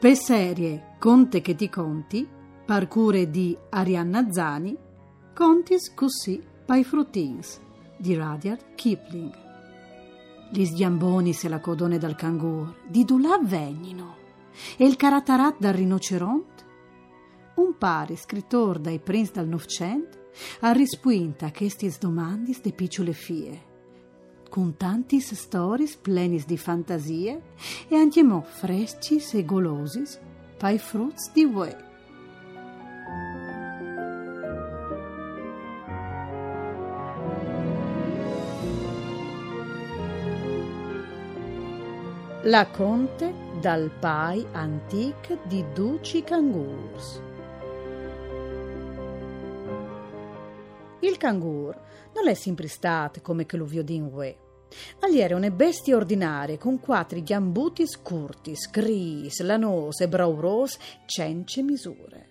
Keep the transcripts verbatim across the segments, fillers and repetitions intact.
Per serie Conte che ti conti, parcure di Arianna Zani, contis così pai fruttins di Rudyard Kipling. Gli sgiambonis e la codone dal cangur, di dulà vegnino, e il caratarat dal rinoceronte? Un pari scrittor dai prince dal Novecento ha rispunta questis domandis de picciole fie, con tantis storis plenis di fantasie e anche mo frescis e golosis pai fruts di ue. La conte dal pai antic di duci cangurs. Il cangur non è sempre stato come che lo viodin ue. Agli era une bestie ordinarie con quattro gambutis curtis, gris, lanose, brauros, cence misure.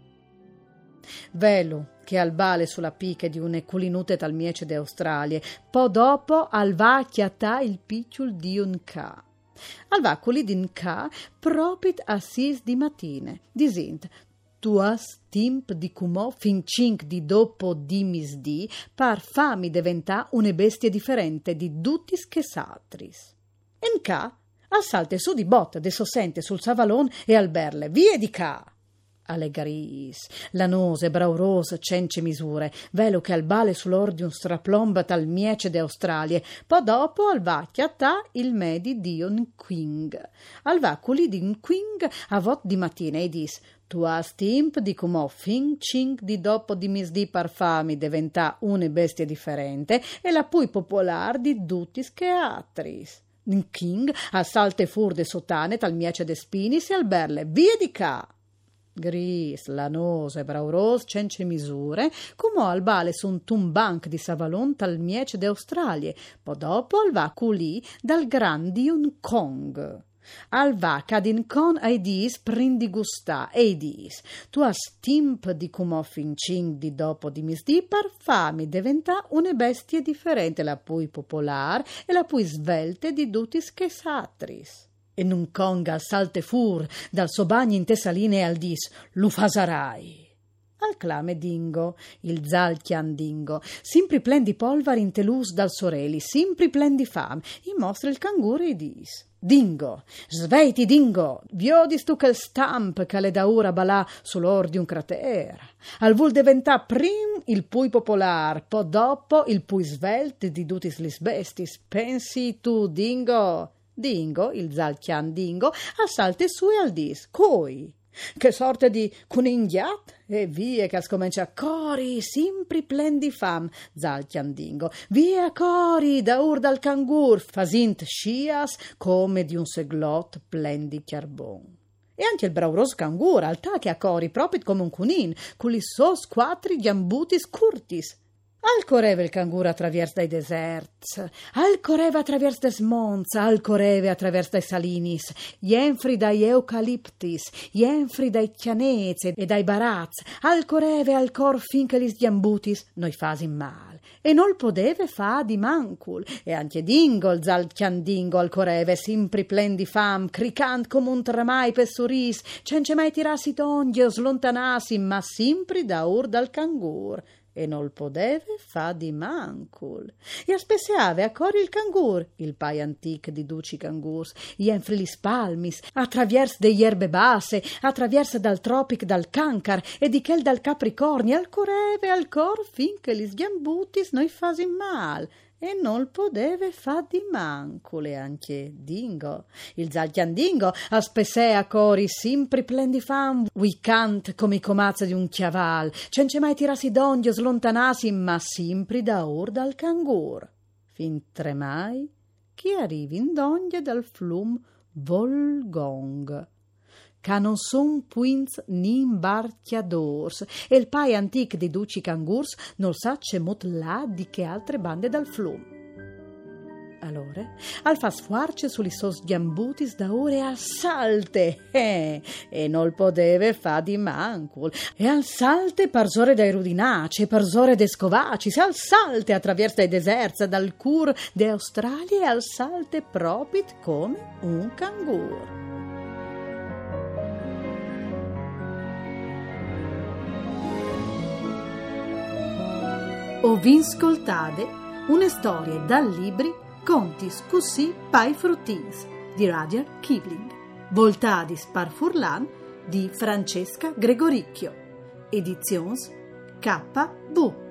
Velo che al bale sulla pica di une culinute tal miece de Australie, po' dopo al va chiatà il picciul di un ca. Al va culi din ca propit a sis di matine, disint, tuas timp di cumò fin cinc di dopo di misdì par fami diventà une bestie differente di dutis che satris. En ca assalte su di botta de sossente sul savalon e al berle, vie di ca! Alle garis, lanose, brauros, cence misure, velo che al bale sull'or di un straplomba tal miece de Australie, po' dopo al va chiatà il medi di un quing. Al va culi di un quing a vot di mattina e dis, tu has timp di comò fin cinc di dopo di misdì parfami diventà une bestie differente e la pui popolar di dutis che atris. In king assalte fur de sotane tal miece de spinis e al berle, vie di ca! Gris, lanose, brauros, cence misure, come al bale su un tumbanc di savalon tal miece de Australie, po' dopo al va culì dal grandi un cong. Al va cadin con ai dis prendi gustà e dis, tu has timp di comò fin cinc di dopo di misdì par fami diventà une bestie differente, la pui popolar e la pui svelte di dutis che satris. E nun conga al salte fur dal suo bagno in tessaline al dis, lu fasarai. Al clame dingo, il zalchian dingo, simpri plen di polvar in telus dal soreli, simpri plen di fam, i mostra il cangur e dis. Dingo, sveiti dingo, viodis tu quel stamp che le da ora balà sull'or di un crater. Al vul diventà prim il pui popolar, po' dopo il pui svelte di dutis lis bestis, pensi tu dingo? Dingo, il zalchian dingo, assalte su e al dis, coi, che sorte di cuninghiat, e vie che scomincia cori, simpri plen di fam, zalchian dingo, via cori, da ur dal cangur, fasint scias, come di un seglot plen di chiarbon. E anche il brauros cangur, altà che a cori, propit come un cunin, culi sos quattri giambutis curtis. Al correva il cangur attraverso dai deserts, al correva attraverso des monts, al correva attraverso dai salinis, jenfri dai eucaliptis, jenfri dai chianeze e dai baraz, al correva al cor finché li sgiambutis noi fasin mal, e non podeve fa di mancul, e anche dingo il zalchian dingo al correva simpri plen di fam, cricant come un tramai pessuris, cence mai tirassi d'onghio, slontanassi, ma simpri da ur dal cangur, e non podeve fa di mancul. E aspesseave a cori il cangur, il pai antic di duci cangurs, jenfri li spalmis, attraviers de ierbe basse, attraviers dal tropic dal cancar, e di chel dal capricorni, al coreve al cor finché li sgiambutis noi fasin mal, e non podeve fa di mancule anche dingo. Il zalchian dingo aspessè a cori simpri plen di fam, wicant come i comazza di un chiaval, cence mai tirassi d'onghio slontanassi, ma simpri da ur dal cangur. Fin tremai chi arrivi in d'onghia dal flum Volgong. Ca non son puins ni imbarchiadors, e il pai antic di duci cangurs non sacce mot là di che altre bande dal flum. Allora, al fa sfuarce suli sos giambutis da ore a salte, eh, e non podeve fa di mancul, e al salte parzore dai rudinaci, parzore de scovaci, se al salte attraverso dai deserts, dal cur de Australia, e al salte propit come un cangur. O vinscoltade una storia dal libri Contis così pai fruttins di Rudyard Kipling, Voltadis par Furlan di Francesca Gregoricchio, Editions K V.